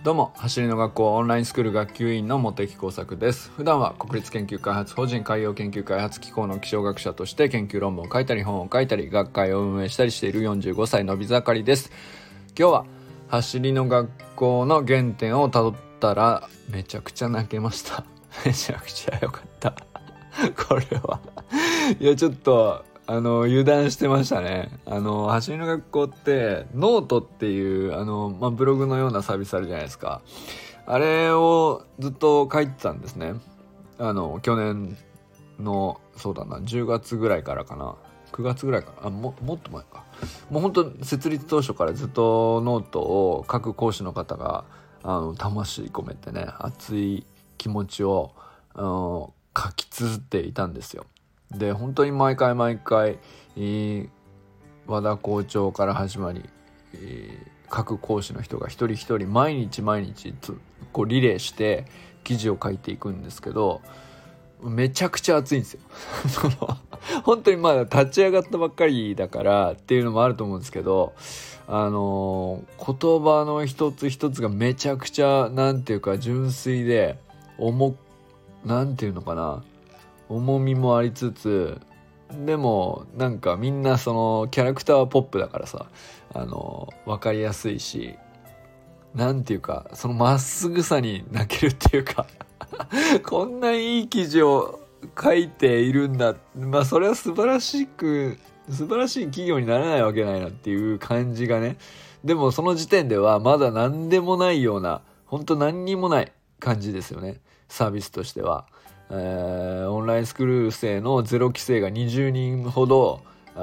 どうも、走りの学校オンラインスクール学級委員の茂木耕作です。普段は国立研究開発法人海洋研究開発機構の気象学者として研究論文を書いたり本を書いたり学会を運営したりしている45歳のび盛りです。今日は走りの学校の原点をたどったらめちゃくちゃ泣けました。めちゃくちゃ良かったこれはいやちょっと油断してましたね。走りの学校ってノートっていうブログのようなサービスあるじゃないですか。あれをずっと書いてたんですね。去年のそうだな10月ぐらいからかな、9月ぐらいかな、もっと前か。もう本当設立当初からずっとノートを各講師の方が魂込めてね、熱い気持ちを書き綴っていたんですよ。で本当に毎回和田校長から始まり、各講師の人が一人一人毎日こうリレーして記事を書いていくんですけど、めちゃくちゃ熱いんですよ本当にまだ立ち上がったばっかりだからっていうのもあると思うんですけど、言葉の一つ一つがめちゃくちゃなんていうか純粋でなんていうのかな、重みもありつつ、でもなんかみんなそのキャラクターはポップだからさ、分かりやすいし、なんていうかそのまっすぐさに泣けるっていうかこんないい記事を書いているんだ、それは素晴らしい企業にならないわけないなっていう感じがね。でもその時点ではまだ何でもないような、本当何にもない感じですよね、サービスとしては。オンラインスクール生のゼロ期生が20人ほど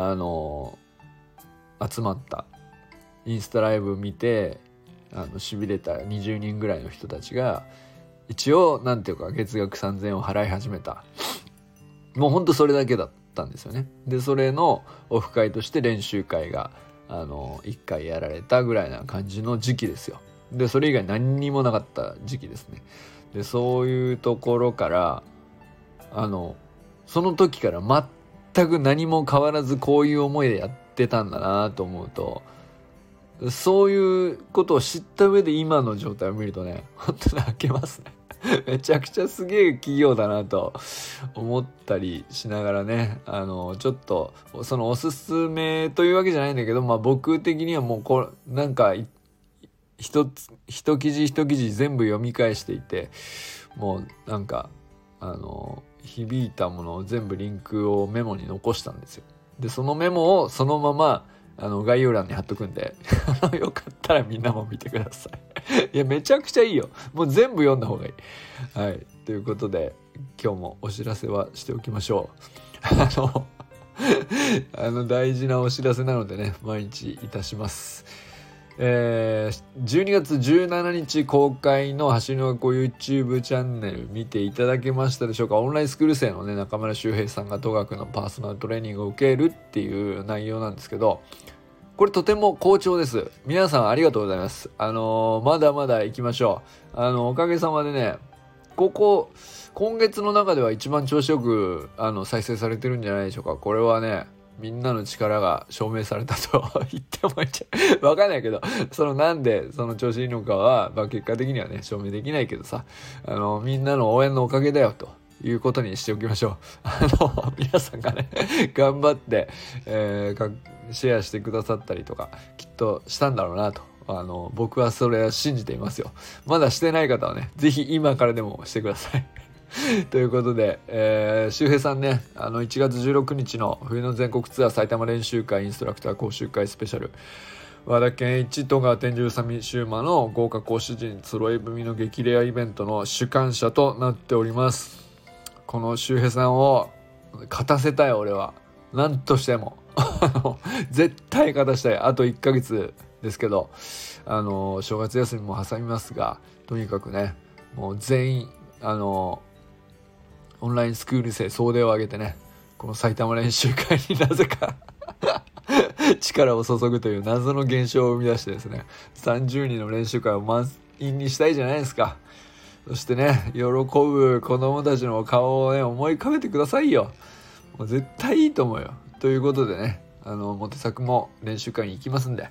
集まったインスタライブ見て痺れた20人ぐらいの人たちが一応なんていうか月額3000円を払い始めた。もうほんとそれだけだったんですよね。でそれのオフ会として練習会が1回やられたぐらいな感じの時期ですよ。でそれ以外何にもなかった時期ですね。でそういうところからその時から全く何も変わらずこういう思いでやってたんだなと思うと、そういうことを知った上で今の状態を見るとね、本当に泣けますねめちゃくちゃすげえ企業だなと思ったりしながらね、ちょっとそのおすすめというわけじゃないんだけど、僕的にはもうなんか一記事一記事全部読み返していて、もうなんか響いたものを全部リンクをメモに残したんですよ。でそのメモをそのまま概要欄に貼っとくんでよかったらみんなも見てくださいいやめちゃくちゃいいよ、もう全部読んだ方がいい。はい、ということで今日もお知らせはしておきましょう大事なお知らせなのでね、毎日いたします。12月17日公開の走りの学校 YouTube チャンネル見ていただけましたでしょうか。オンラインスクール生のね中村修平さんが戸学のパーソナルトレーニングを受けるっていう内容なんですけど、これとても好調です。皆さんありがとうございます。まだまだ行きましょう。おかげさまでね、今月の中では一番調子よく再生されてるんじゃないでしょうか。これはねみんなの力が証明されたと言ってもいいんじゃわかんないけど、なんでその調子いいのかは、結果的にはね証明できないけどさ、みんなの応援のおかげだよということにしておきましょう。皆さんがね頑張って、シェアしてくださったりとかきっとしたんだろうなと僕はそれは信じていますよ。まだしてない方はねぜひ今からでもしてくださいということで、周平さんね1月16日の冬の全国ツアー埼玉練習会インストラクター講習会スペシャル、和田健一戸川天神宇佐美シューマの豪華講師陣揃い踏みの激レアイベントの主幹者となっております。この周平さんを勝たせたい。俺は何としても絶対勝たしたい。あと1ヶ月ですけど正月休みも挟みますが、とにかくねもう全員オンラインスクール生総出を挙げてね、この埼玉練習会になぜか力を注ぐという謎の現象を生み出してですね、30人の練習会を満員にしたいじゃないですか。そしてね喜ぶ子供たちの顔をね思い浮かべてくださいよ。もう絶対いいと思うよ。ということでね、モテ作も練習会に行きますんで、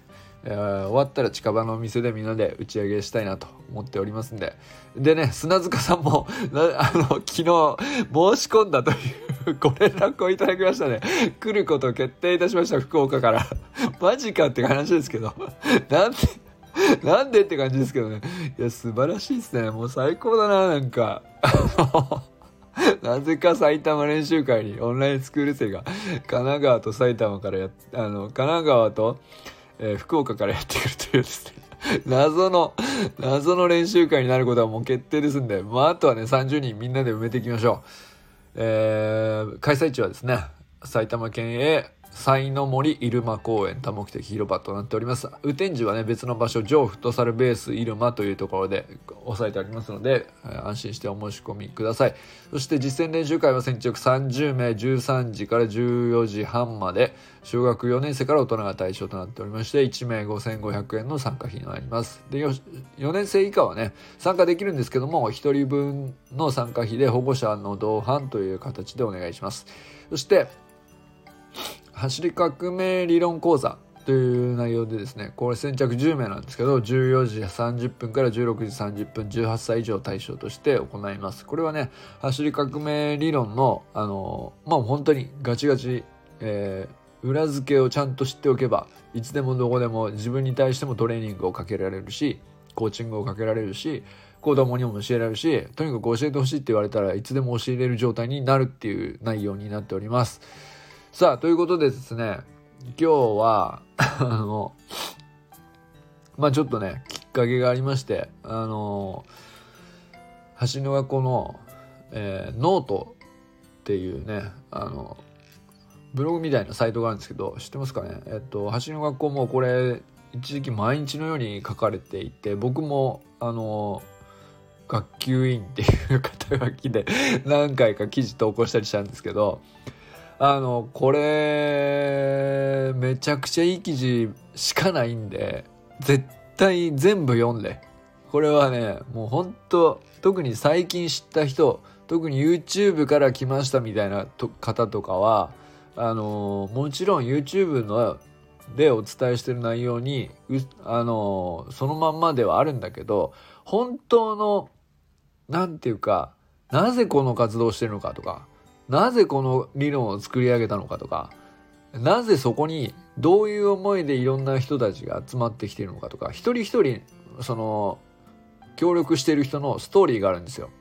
終わったら近場のお店でみんなで打ち上げしたいなと思っておりますんで。でね、砂塚さんも昨日申し込んだというご連絡をいただきましたね。来ることを決定いたしました、福岡からマジかって話ですけどなんでって感じですけどね。いや素晴らしいですね。もう最高だな。なんかなぜか埼玉練習会にオンラインスクール生が神奈川と埼玉から神奈川と、福岡からやってくるというですね謎の練習会になることはもう決定ですんで、あとはね30人みんなで埋めていきましょう。開催地はですね、埼玉県営西の森入間公園多目的広場となっております。雨天時はね別の場所、上フットサルベース入間というところで押さえてありますので、安心してお申し込みください。そして実践練習会は先着30名、13時から14時半まで、小学4年生から大人が対象となっておりまして、1名5500円の参加費になります。で4年生以下はね参加できるんですけども、1人分の参加費で保護者の同伴という形でお願いします。そして走り革命理論講座という内容でですね、これ先着10名なんですけど、14時30分から16時30分、18歳以上を対象として行います。これはね走り革命理論の本当にガチガチ、裏付けをちゃんと知っておけば、いつでもどこでも自分に対してもトレーニングをかけられるし、コーチングをかけられるし、子供にも教えられるし、とにかく教えてほしいって言われたらいつでも教えれる状態になるっていう内容になっております。さあということでですね、今日はちょっとねきっかけがありまして、走りの学校の、ノートっていうねブログみたいなサイトがあるんですけど、知ってますかね。走りの学校もこれ一時期毎日のように書かれていて、僕も学級委員っていう肩書きで何回か記事投稿したりしたんですけど、これめちゃくちゃいい記事しかないんで絶対全部読んで。これはねもう本当、特に最近知った人、特に YouTube から来ましたみたいな方とかはもちろん YouTube でお伝えしてる内容にそのまんまではあるんだけど、本当のなんていうか、なぜこの活動をしてるのかとか、なぜこの理論を作り上げたのかとか、なぜそこにどういう思いでいろんな人たちが集まってきているのかとか、一人一人その協力している人のストーリーがあるんですよ。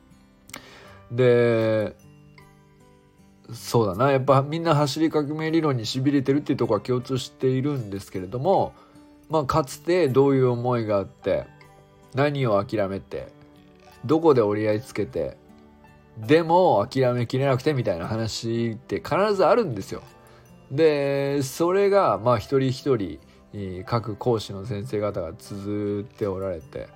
でそうだな、やっぱみんな走り革命理論に痺れてるっていうところは共通しているんですけれども、かつてどういう思いがあって、何を諦めて、どこで折り合いつけて、でも諦めきれなくてみたいな話って必ずあるんですよ。でそれが一人一人各講師の先生方が綴っておられて、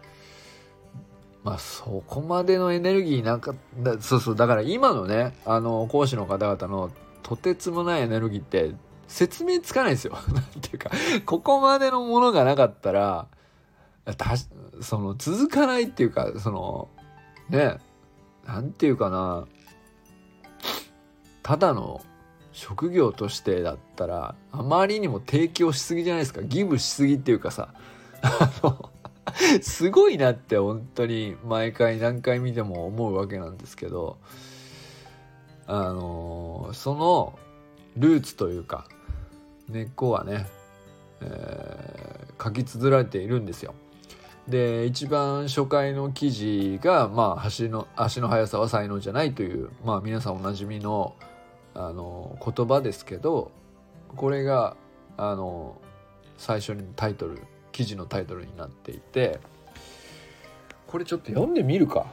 そこまでのエネルギーなんかだから今のね講師の方々のとてつもないエネルギーって説明つかないですよなんていうか、ここまでのものがなかったら続かないっていうか、なんていうかな、ただの職業としてだったらあまりにも提供しすぎじゃないですか。ギブしすぎっていうかさすごいなって本当に毎回何回見ても思うわけなんですけど、そのルーツというか根っこはね、書き綴られているんですよ。で一番初回の記事が、足の速さは才能じゃないという、皆さんおなじみの、言葉ですけど、これが最初に記事のタイトルになっていて、これちょっと読んでみるか。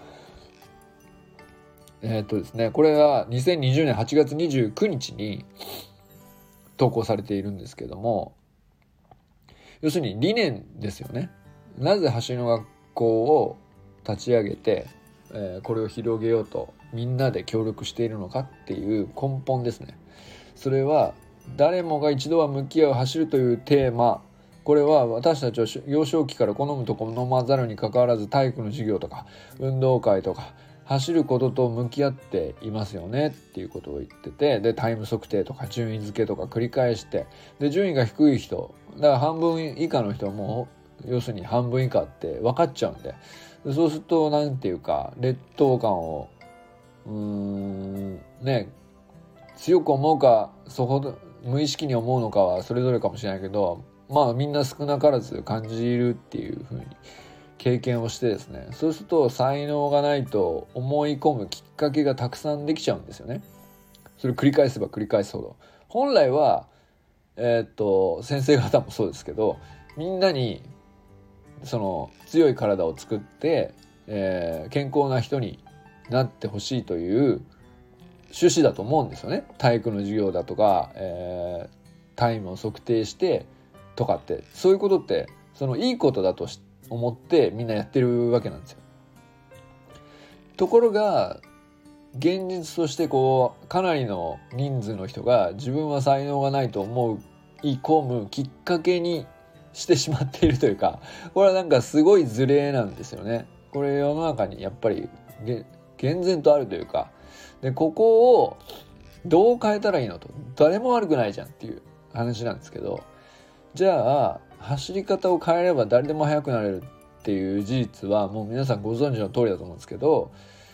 ですね、これは2020年8月29日に投稿されているんですけども、要するに理念ですよね。なぜ走りの学校を立ち上げて、これを広げようとみんなで協力しているのかっていう根本ですね。それは誰もが一度は向き合う走るというテーマ。これは私たちを幼少期から好むと好まざるに関わらず、体育の授業とか運動会とか走ることと向き合っていますよねっていうことを言ってて、でタイム測定とか順位付けとか繰り返して、で順位が低い人だから半分以下の人はもう要するに半分以下って分かっちゃうんで、そうするとなんていうか劣等感をね強く思うかそこで無意識に思うのかはそれぞれかもしれないけど、まあみんな少なからず感じるっていう風に経験をしてですね、そうすると才能がないと思い込むきっかけがたくさんできちゃうんですよね。それを繰り返せば繰り返すほど、本来は先生方もそうですけど、みんなにその強い体を作って、健康な人になってほしいという趣旨だと思うんですよね。体育の授業だとか、タイムを測定してとかって、そういうことってそのいいことだと思ってみんなやってるわけなんですよ。ところが現実としてこうかなりの人数の人が自分は才能がないと思い込むきっかけにしてしまっているというか、これはなんかすごいズレなんですよね。これ世の中にやっぱり厳然とあるというか、でここをどう変えたらいいのと、誰も悪くないじゃんっていう話なんですけど、じゃあ走り方を変えれば誰でも速くなれるっていう事実はもう皆さんご存知の通りだと思うんですけど、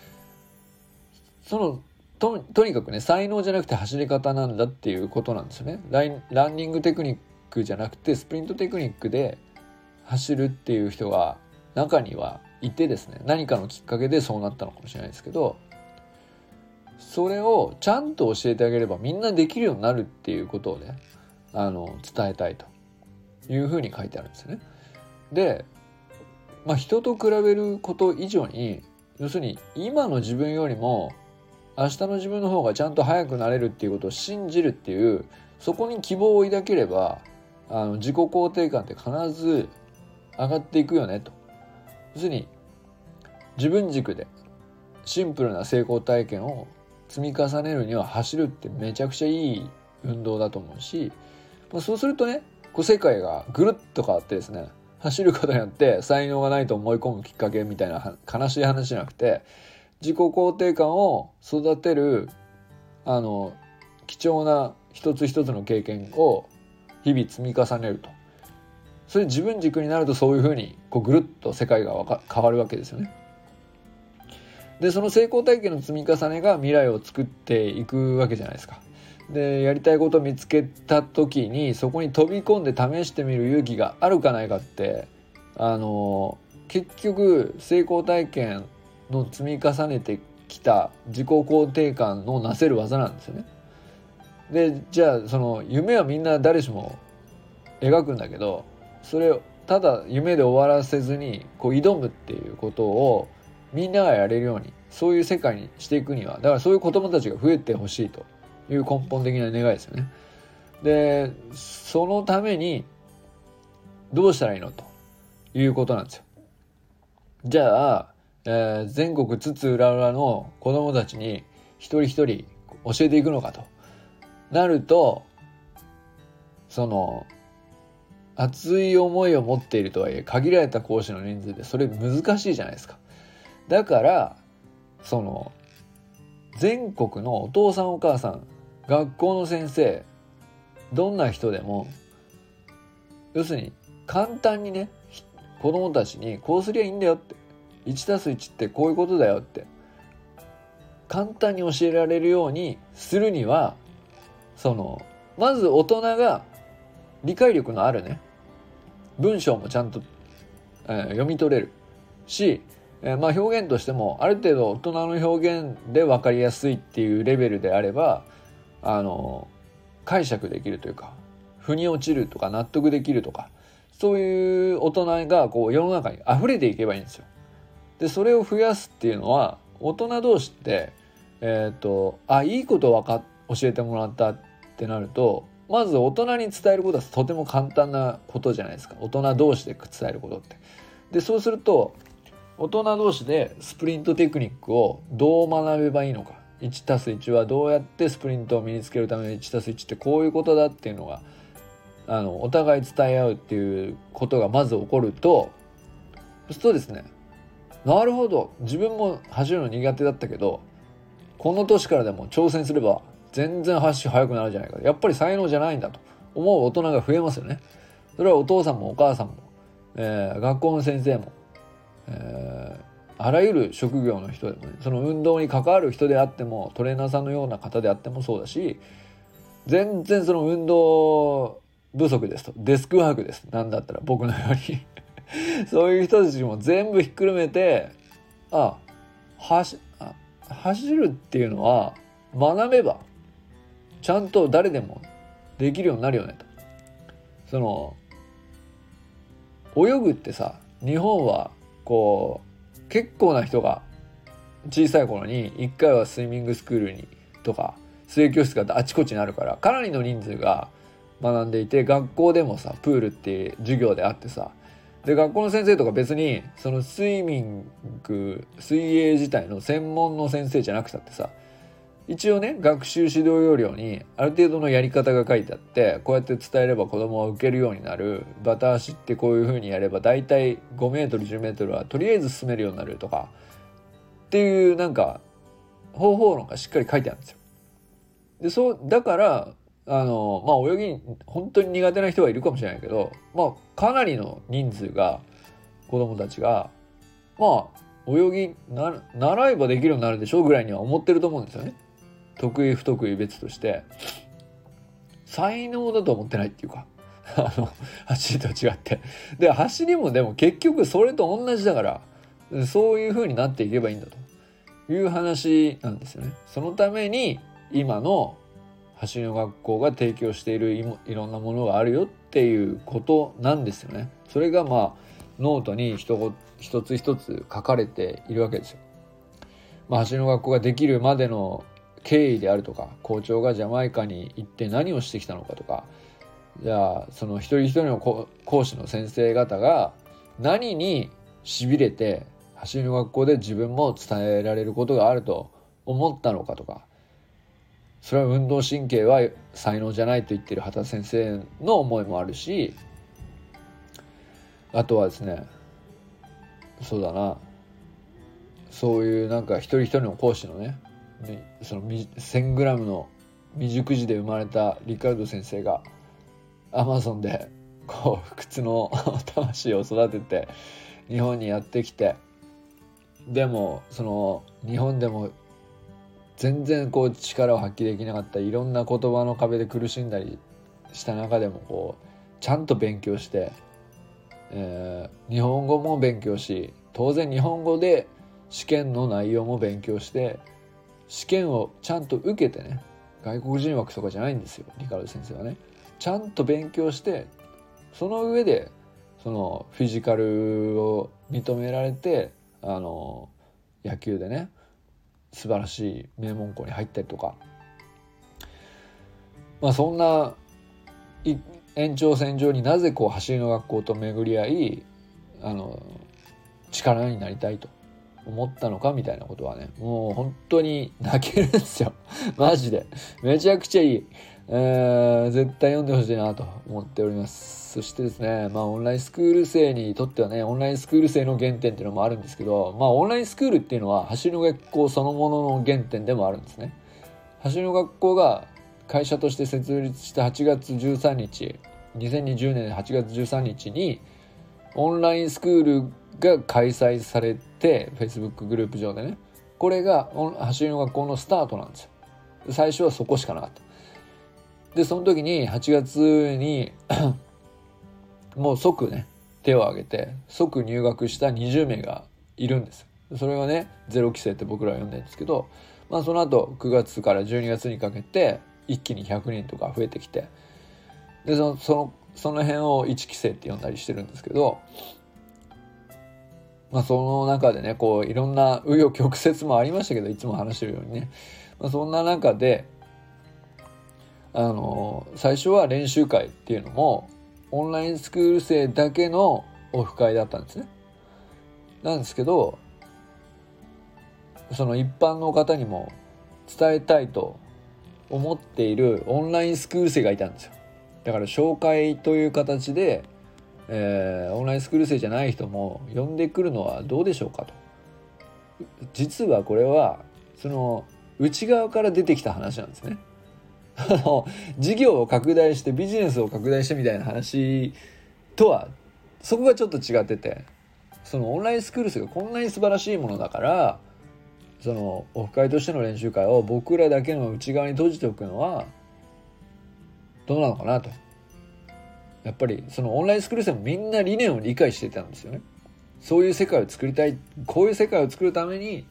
とにかくね才能じゃなくて走り方なんだっていうことなんですよね。ランニングテクニックじゃなくてスプリントテクニックで走るっていう人が中にはいてですね、何かのきっかけでそうなったのかもしれないですけど、それをちゃんと教えてあげればみんなできるようになるっていうことをね伝えたいというふうに書いてあるんですよね。で、人と比べること以上に、要するに今の自分よりも明日の自分の方がちゃんと速くなれるっていうことを信じるっていう、そこに希望を抱ければ自己肯定感って必ず上がっていくよねと。要するに自分軸でシンプルな成功体験を積み重ねるには走るってめちゃくちゃいい運動だと思うし、そうするとねこう世界がぐるっと変わってですね、走ることによって才能がないと思い込むきっかけみたいな悲しい話じゃなくて、自己肯定感を育てる貴重な一つ一つの経験を日々積み重ねると、それ自分軸になるとそういうふうにこうぐるっと世界が変わるわけですよね。でその成功体験の積み重ねが未来を作っていくわけじゃないですか。でやりたいことを見つけた時にそこに飛び込んで試してみる勇気があるかないかって結局成功体験の積み重ねてきた自己肯定感のなせる技なんですよね。でじゃあその夢はみんな誰しも描くんだけど、それをただ夢で終わらせずにこう挑むっていうことをみんながやれるように、そういう世界にしていくには、だからそういう子供たちが増えてほしいという根本的な願いですよね。でそのためにどうしたらいいのということなんですよ。じゃあ、全国津々浦々の子供たちに一人一人教えていくのかとなると、その熱い思いを持っているとはいえ限られた講師の人数でそれ難しいじゃないですか。だからその全国のお父さんお母さん、学校の先生、どんな人でも要するに簡単にね子供たちにこうすりゃいいんだよって、 1+1 ってこういうことだよって簡単に教えられるようにするには、まず大人が理解力のあるね文章もちゃんと、読み取れるし、表現としてもある程度大人の表現で分かりやすいっていうレベルであれば解釈できるというか腑に落ちるとか納得できるとか、そういう大人がこう世の中に溢れていけばいいんですよ。でそれを増やすっていうのは大人同士っていいことを教えてもらったってなると、まず大人に伝えることはとても簡単なことじゃないですか。大人同士で伝えることって。でそうすると大人同士でスプリントテクニックをどう学べばいいのか、 1+1 はどうやってスプリントを身につけるために 1+1 ってこういうことだっていうのがお互い伝え合うっていうことがまず起こると、そうするとですねなるほど、自分も走るの苦手だったけどこの年からでも挑戦すれば全然速くなるじゃないか、やっぱり才能じゃないんだと思う大人が増えますよね。それはお父さんもお母さんも、学校の先生も、あらゆる職業の人でもね、その運動に関わる人であってもトレーナーさんのような方であってもそうだし、全然その運動不足ですと、デスクワークです、なんだったら僕のようにそういう人たちも全部ひっくるめて、走るっていうのは学べばちゃんと誰でもできるようになるよねと。その泳ぐってさ、日本はこう結構な人が小さい頃に一回はスイミングスクールにとか水泳教室があちこちにあるから、かなりの人数が学んでいて、学校でもさプールって授業であってさ、で学校の先生とか別にそのスイ泳自体の専門の先生じゃなくたってさ、一応ね学習指導要領にある程度のやり方が書いてあって、こうやって伝えれば子供は受けるようになる、バタ足ってこういう風にやればだいたい5メートル10メートルはとりあえず進めるようになるとかっていうなんか方法論がしっかり書いてあるんですよ。でそうだから泳ぎ本当に苦手な人はいるかもしれないけど、かなりの人数が子供たちが泳ぎ習えばできるようになるでしょうぐらいには思ってると思うんですよね。得意不得意別として才能だと思ってないっていうか走りと違って、で走りもでも結局それと同じだから、そういう風になっていけばいいんだという話なんですよね。そのために今の走りの学校が提供しているいろんなものがあるよっていうことなんですよね。それがノートに一つ一つ書かれているわけですよ。走りの学校ができるまでの経緯であるとか、校長がジャマイカに行って何をしてきたのかとか、じゃあその一人一人の講師の先生方が何にしびれて走りの学校で自分も伝えられることがあると思ったのかとか、それは運動神経は才能じゃないと言ってる畑先生の思いもあるし、あとはですね、そうだな、そういうなんか一人一人の講師のね、その 1000g の未熟児で生まれたリカルド先生がアマゾンでこう不屈の魂を育てて日本にやってきて、でもその日本でも全然こう力を発揮できなかったいろんな言葉の壁で苦しんだりした中でもこうちゃんと勉強して、日本語も勉強し、当然日本語で試験の内容も勉強して、試験をちゃんと受けてね、外国人枠とかじゃないんですよ、リカルド先生はね。ちゃんと勉強して、その上でそのフィジカルを認められて野球でね素晴らしい名門校に入ったりとか、そんな延長線上になぜこう走りの学校と巡り合い力になりたいと思ったのかみたいなことはね、もう本当に泣けるんですよマジでめちゃくちゃいい、絶対読んでほしいなと思っております。そしてですね、オンラインスクール生にとってはね、オンラインスクール生の原点っていうのもあるんですけど、オンラインスクールっていうのは走りの学校そのものの原点でもあるんですね。走りの学校が会社として設立した8月13日2020年8月13日にオンラインスクールが開催されて、 Facebook グループ上でね、これが走りの学校のスタートなんですよ。最初はそこしかなかった。でその時に8月にもう即ね手を挙げて即入学した20名がいるんです。それがねゼロ期生って僕らは呼んでるんですけど、その後9月から12月にかけて一気に100人とか増えてきて、でその辺を1期生って呼んだりしてるんですけど、その中でねこういろんな紆余曲折もありましたけど、いつも話してるようにね、そんな中で最初は練習会っていうのもオンラインスクール生だけのオフ会だったんですね。なんですけど、その一般の方にも伝えたいと思っているオンラインスクール生がいたんですよ。だから紹介という形で、オンラインスクール生じゃない人も呼んでくるのはどうでしょうかと実はこれはその内側から出てきた話なんですね。事業を拡大してビジネスを拡大してみたいな話とはそこがちょっと違ってて、そのオンラインスクールスがこんなに素晴らしいものだから、そのオフ会としての練習会を僕らだけの内側に閉じておくのはどうなのかなと。やっぱりそのオンラインスクール生もみんな理念を理解していたんですよね。そういう世界を作りたい、こういう世界を作るために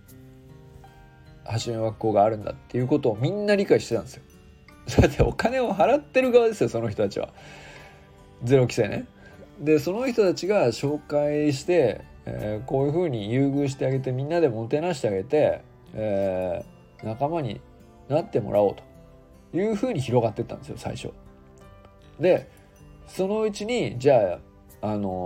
走りの学校があるんだっていうことをみんな理解してたんですよ。だってお金を払ってる側ですよ、その人たちは。ゼロ規制ね。でその人たちが紹介して、こういうふうに優遇してあげて、みんなでもてなしてあげて、仲間になってもらおうというふうに広がっていったんですよ、最初。でそのうちにじゃあ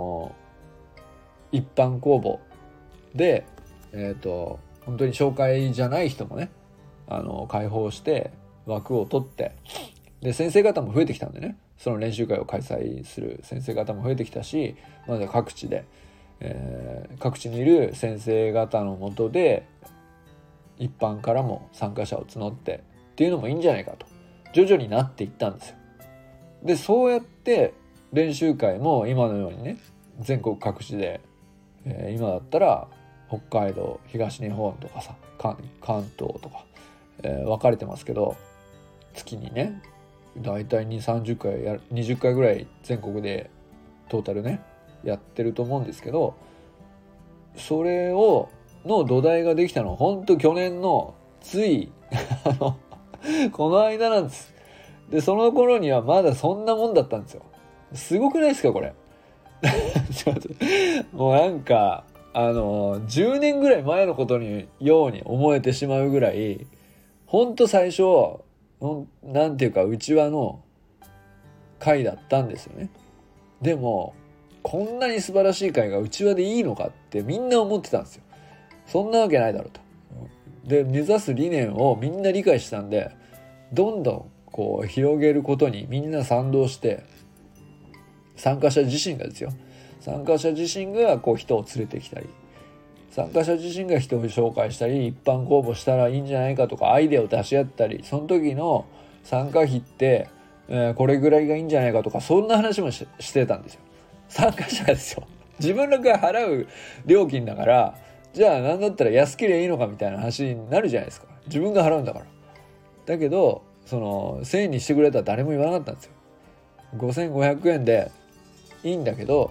一般公募で本当に紹介じゃない人もね開放して枠を取って、で先生方も増えてきたんでね、その練習会を開催する先生方も増えてきたし、まだ各地で、各地にいる先生方のもとで一般からも参加者を募ってっていうのもいいんじゃないかと徐々になっていったんですよ。でそうやって練習会も今のようにね、全国各地で、今だったら北海道、東日本とかさ、関東とか、分かれてますけど、月にねだいたい20、30回20回ぐらい全国でトータルねやってると思うんですけど、それをの土台ができたのは本当去年のついこの間なんです。でその頃にはまだそんなもんだったんですよ。すごくないですかこれ。ちょっともうなんか10年ぐらい前のことにように思えてしまうぐらい、ほんと最初なんていうか内輪の会だったんですよね。でもこんなに素晴らしい会が内輪でいいのかってみんな思ってたんですよ。そんなわけないだろうと。で目指す理念をみんな理解したんで、どんどんこう広げることにみんな賛同して、参加者自身がですよ、参加者自身がこう人を連れてきたり、参加者自身が人を紹介したり、一般公募したらいいんじゃないかとかアイデアを出し合ったり、その時の参加費って、これぐらいがいいんじゃないかとか、そんな話もしてたんですよ。参加者がですよ、自分らが払う料金だから、じゃあ何だったら安ければいいのかみたいな話になるじゃないですか。自分が払うんだから。だけどその1000円にしてくれたら誰も言わなかったんですよ。5500円でいいんだけど、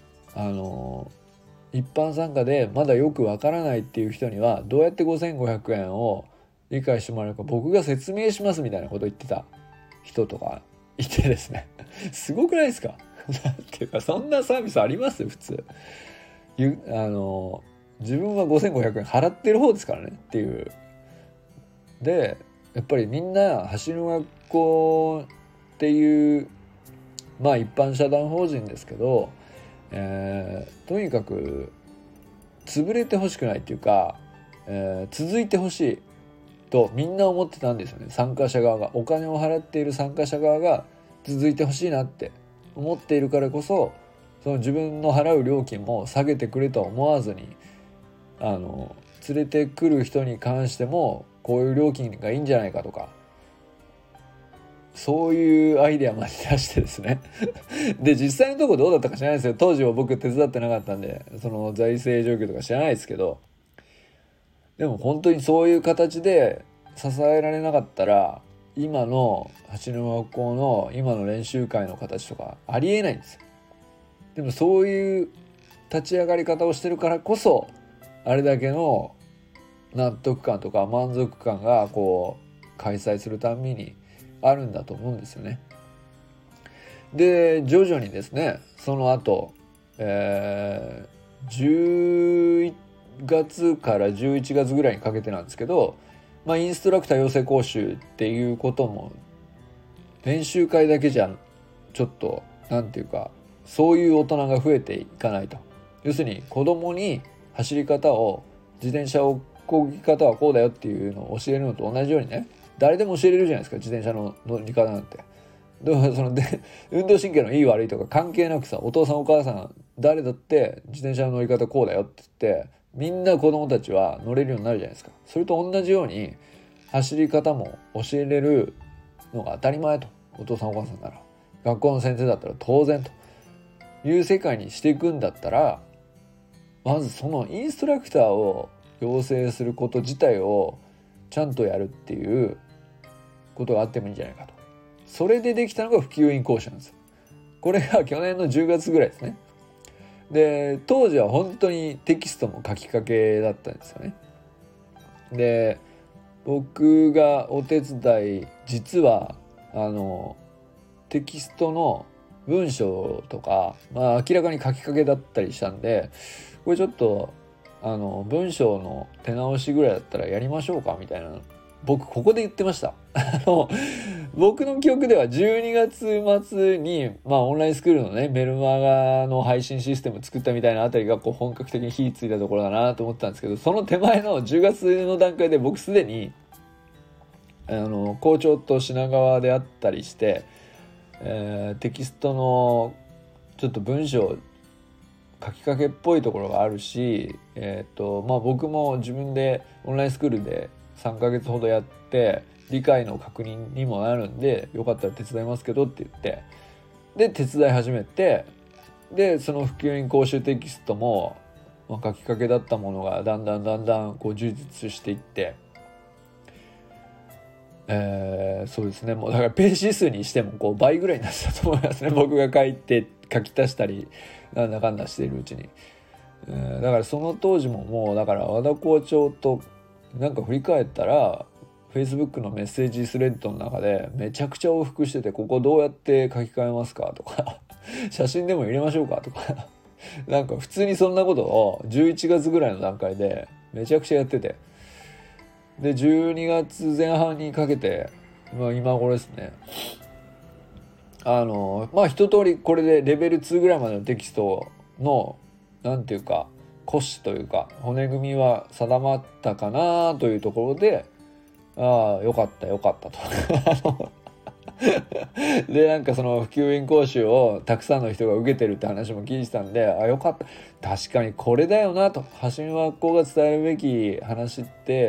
一般参加でまだよくわからないっていう人にはどうやって5500円を理解してもらうか僕が説明しますみたいなことを言ってた人とかいてですねすごくないですかなんていうか、そんなサービスあります普通。自分は5500円払ってる方ですからねっていう。でやっぱりみんな走りの学校っていうまあ一般社団法人ですけど、とにかく潰れてほしくないっていうか、続いてほしいとみんな思ってたんですよね。参加者側が、お金を払っている参加者側が続いてほしいなって思っているからこそ、その自分の払う料金も下げてくれとは思わずに、連れてくる人に関してもこういう料金がいいんじゃないかとか、そういうアイデアまで出してですねで実際のところどうだったか知らないですよ。当時は僕手伝ってなかったんでその財政状況とか知らないですけど、でも本当にそういう形で支えられなかったら今の走りの学校の今の練習会の形とかありえないんですよ。でもそういう立ち上がり方をしてるからこそあれだけの納得感とか満足感がこう開催するたびにあるんだと思うんですよね。で徐々にですねその後、10月から11月ぐらいにかけてなんですけど、インストラクター養成講習っていうことも練習会だけじゃちょっとなんていうかそういう大人が増えていかないと。要するに子供に走り方を、自転車を漕ぎ方はこうだよっていうのを教えるのと同じようにね、誰でも教えれるじゃないですか、自転車の乗り方なんて。だから運動神経のいい悪いとか関係なくさ、お父さんお母さん誰だって自転車の乗り方こうだよって言ってみんな子供たちは乗れるようになるじゃないですか。それと同じように走り方も教えれるのが当たり前と、お父さんお母さんなら、学校の先生だったら当然という世界にしていくんだったら、まずそのインストラクターを養成すること自体をちゃんとやるっていうことがあってもいいんじゃないかと。それでできたのが普及員講師なんですよ。これが去年の10月ぐらいですね。で、当時は本当にテキストも書きかけだったんですよね。で、僕がお手伝い、実はテキストの文章とか、明らかに書きかけだったりしたんで、これちょっと文章の手直しぐらいだったらやりましょうかみたいな、僕ここで言ってました。僕の記憶では12月末に、オンラインスクールのね、メルマガの配信システム作ったみたいなあたりがこう本格的に火ついたところだなと思ったんですけど、その手前の10月の段階で僕すでに校長と品川であったりして、テキストのちょっと文章書きかけっぽいところがあるし、僕も自分でオンラインスクールで3ヶ月ほどやって理解の確認にもなるんで、よかったら手伝いますけどって言って、で手伝い始めて、でその普及員講習テキストも、書きかけだったものがだんだんこう充実していって、そうですね、もうだからページ数にしてもこう倍ぐらいになってたと思いますね。僕が書き足したりなんだかんだしているうちに、だからその当時ももうだから和田校長となんか振り返ったら Facebook のメッセージスレッドの中でめちゃくちゃ往復してて、ここどうやって書き換えますかとか写真でも入れましょうかとかなんか普通にそんなことを11月ぐらいの段階でめちゃくちゃやってて、で12月前半にかけて、今頃ですね、一通りこれでレベル2ぐらいまでのテキストのなんていうか骨子というか骨組みは定まったかなというところで、よかったとでなんかその普及員講習をたくさんの人が受けてるって話も聞いてたんで、よかった、確かにこれだよなと、橋の学校が伝えるべき話って、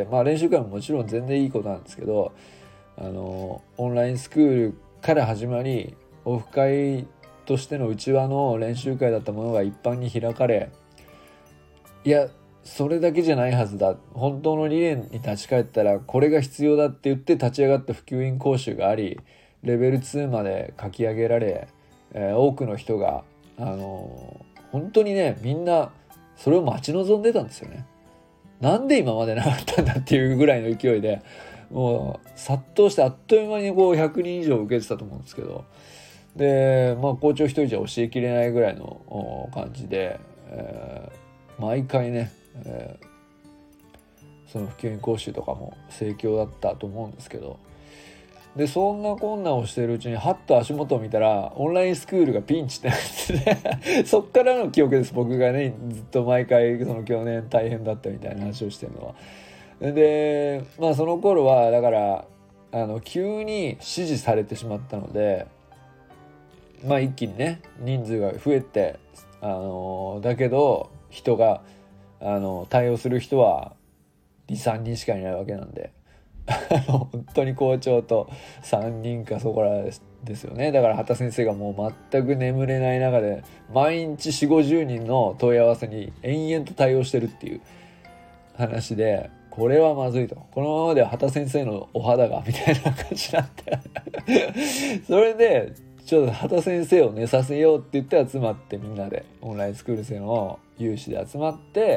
練習会ももちろん全然いいことなんですけど、オンラインスクールから始まりオフ会としての内輪の練習会だったものが一般に開かれ、いやそれだけじゃないはずだ、本当の理念に立ち返ったらこれが必要だって言って立ち上がった普及員講習があり、レベル2まで書き上げられ、多くの人が、本当にね、みんなそれを待ち望んでたんですよね。なんで今までなかったんだっていうぐらいの勢いでもう殺到して、あっという間にこう100人以上受けてたと思うんですけど、で、校長一人じゃ教えきれないぐらいの感じで、毎回ね、その普及員講習とかも盛況だったと思うんですけど、でそんなこんなをしてるうちにハッと足元を見たらオンラインスクールがピンチってなってねそっからの記憶です、僕がねずっと毎回その去年大変だったみたいな話をしてるのは。でその頃はだから急に指示されてしまったので、一気にね人数が増えて、だけど人が対応する人は 2,3 人しかいないわけなんで本当に校長と3人かそこらですよね。だから畑先生がもう全く眠れない中で毎日 4,50 人の問い合わせに延々と対応してるっていう話で、これはまずいと、このままでは畑先生のお肌がみたいな感じになってそれでちょっと畑先生を寝させようって言って集まって、みんなでオンラインスクール生の有志で集まって、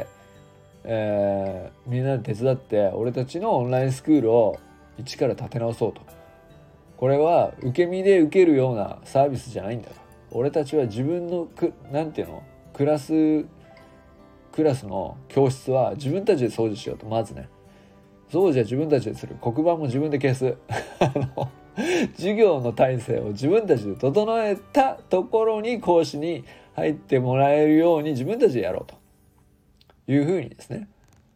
みんなで手伝って俺たちのオンラインスクールを一から立て直そうと。これは受け身で受けるようなサービスじゃないんだと。俺たちは自分のクラスの教室は自分たちで掃除しようと。まずね、掃除は自分たちでする、黒板も自分で消す授業の体制を自分たちで整えたところに講師に入ってもらえるように自分たちでやろうというふうにですね、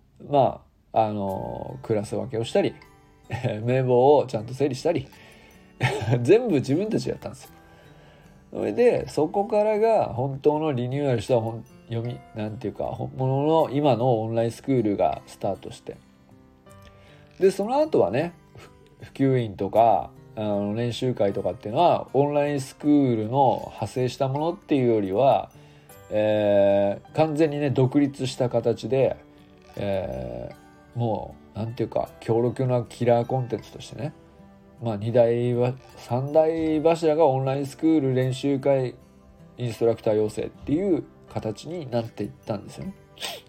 クラス分けをしたり名簿をちゃんと整理したり全部自分たちでやったんですよ。それでそこからが本当のリニューアルしたなんていうか本物の今のオンラインスクールがスタートして、でその後はね普及員とか練習会とかっていうのはオンラインスクールの派生したものっていうよりは、完全にね独立した形で、もうなんていうか強力なキラーコンテンツとしてね、3大柱がオンラインスクール、練習会、インストラクター養成っていう形になっていったんですよね。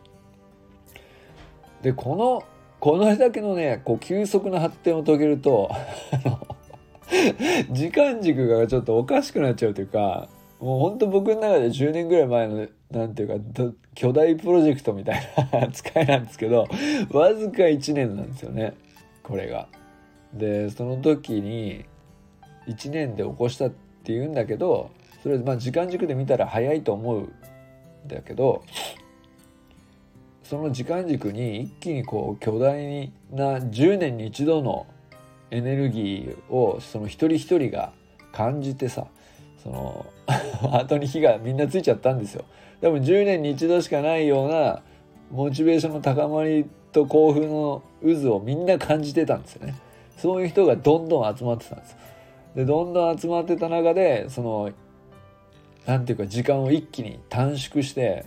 でこれだけのね急速な発展を遂げると時間軸がちょっとおかしくなっちゃうというか、もうほんと僕の中で10年ぐらい前のなんていうか巨大プロジェクトみたいな扱いなんですけど、わずか1年なんですよねこれが。でその時に1年で起こしたっていうんだけど、それ時間軸で見たら早いと思うんだけど、その時間軸に一気に巨大な10年に一度のエネルギーをその一人一人が感じてさ、その後に火がみんなついちゃったんですよ。多分10年に一度しかないようなモチベーションの高まりと興奮の渦をみんな感じてたんですよね。そういう人がどんどん集まってたんです。でどんどん集まってた中でなんていうか時間を一気に短縮して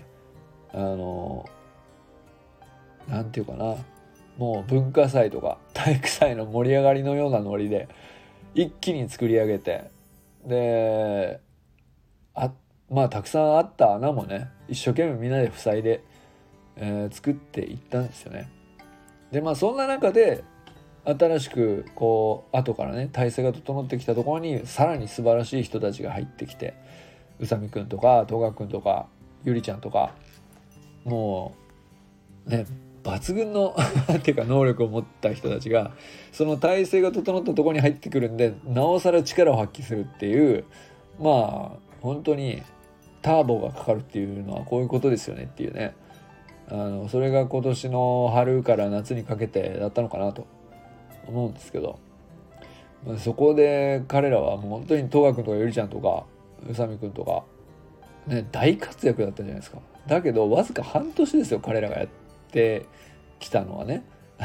なんていうかな、もう文化祭とか体育祭の盛り上がりのようなノリで一気に作り上げて、でたくさんあった穴もね一生懸命みんなで塞いで、作っていったんですよね。でそんな中で新しく後からね体制が整ってきたところにさらに素晴らしい人たちが入ってきて、宇佐美くんとか戸川くんとかゆりちゃんとか、もうね抜群のっていうか能力を持った人たちがその体制が整ったところに入ってくるんで、なおさら力を発揮するっていう、本当にターボがかかるっていうのはこういうことですよねっていうね、それが今年の春から夏にかけてだったのかなと思うんですけど、そこで彼らはもう本当に戸川君とかゆりちゃんとか宇佐美君とかね大活躍だったじゃないですか。だけどわずか半年ですよ彼らがやってきたのはね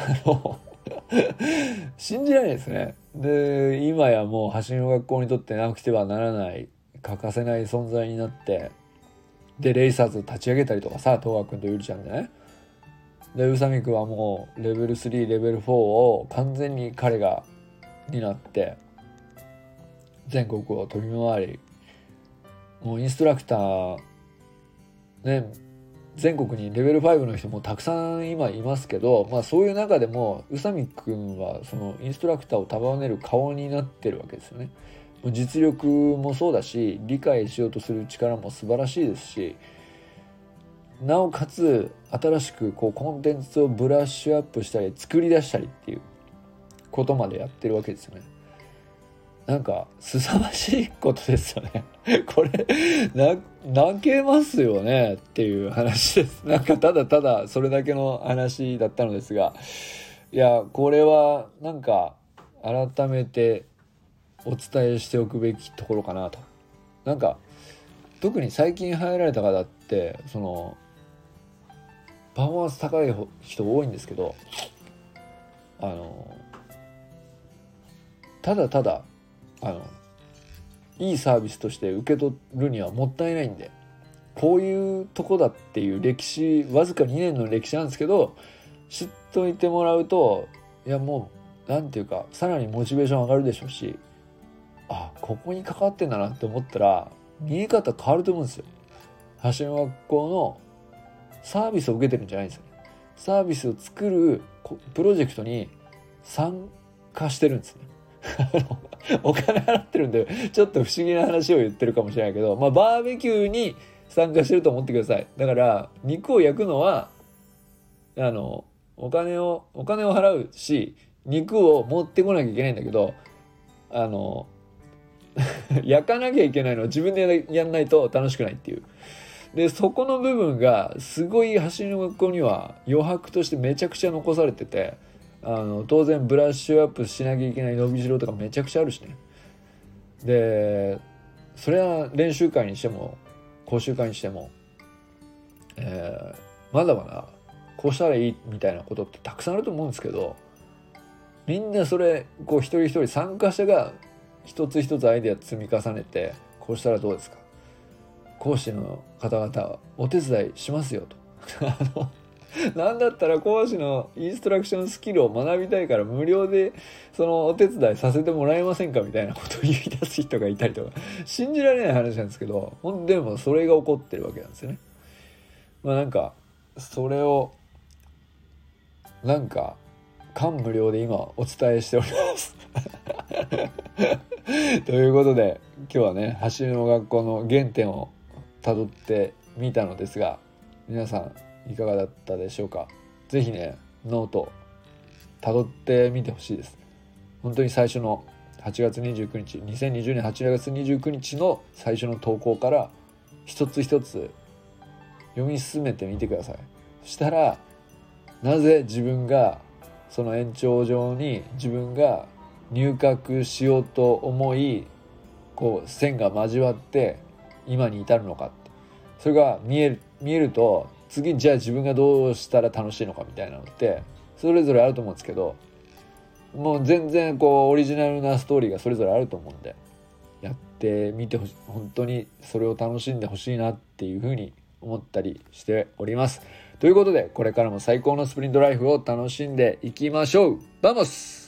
信じられないですね。で今やもう走りの学校にとってなくてはならない欠かせない存在になって、でレイサーズ立ち上げたりとかさ、戸川君とゆりちゃんでね、で宇佐美君はもうレベル3レベル4を完全に彼が担って全国を飛び回り、もうインストラクターね全国にレベル5の人もたくさん今いますけど、そういう中でも宇佐美くんはそのインストラクターを束ねる顔になってるわけですよね。実力もそうだし理解しようとする力も素晴らしいですし、なおかつ新しくコンテンツをブラッシュアップしたり作り出したりっていうことまでやってるわけですよね。なんか凄まじいことですよねこれ泣けますよねっていう話です。なんかただただそれだけの話だったのですが、いやこれはなんか改めてお伝えしておくべきところかなと。なんか特に最近入られた方ってそのパフォーマンス高い人多いんですけど、ただただいいサービスとして受け取るにはもったいないんで、こういうとこだっていう歴史、わずか2年の歴史なんですけど知っといてもらうと、いやもうなんていうかさらにモチベーション上がるでしょうし、ここに関わってんだなって思ったら見え方変わると思うんですよ。橋の学校のサービスを受けてるんじゃないんですよね。サービスを作るプロジェクトに参加してるんですねお金払ってるんでちょっと不思議な話を言ってるかもしれないけど、バーベキューに参加してると思ってください。だから肉を焼くのはお金を払うし肉を持ってこなきゃいけないんだけど焼かなきゃいけないのは自分でやんないと楽しくないっていう。でそこの部分がすごい走りの学校には余白としてめちゃくちゃ残されてて、当然ブラッシュアップしなきゃいけない伸びしろとかめちゃくちゃあるしね。でそれは練習会にしても講習会にしてもまだまだこうしたらいいみたいなことってたくさんあると思うんですけど、みんなそれこう一人一人参加者が一つ一つアイデア積み重ねて、こうしたらどうですか、講師の方々お手伝いしますよとなんだったら講師のインストラクションスキルを学びたいから無料でそのお手伝いさせてもらえませんかみたいなことを言い出す人がいたりとか、信じられない話なんですけど、でもそれが起こってるわけなんですよね。なんかそれをなんか感無量で今お伝えしておりますということで今日はね、走りの学校の原点をたどってみたのですが、皆さんいかがだったでしょうか。ぜひね、ノートたどってみてほしいです。本当に最初の8月29日2020年8月29日の最初の投稿から一つ一つ読み進めてみてください。そしたらなぜ自分がその延長上に自分が入閣しようと思い、こう線が交わって今に至るのかって、それが見えると、次じゃあ自分がどうしたら楽しいのかみたいなのってそれぞれあると思うんですけど、もう全然こうオリジナルなストーリーがそれぞれあると思うんで、やってみてほしい。本当にそれを楽しんでほしいなっていうふうに思ったりしております。ということでこれからも最高のスプリントライフを楽しんでいきましょう。バモス。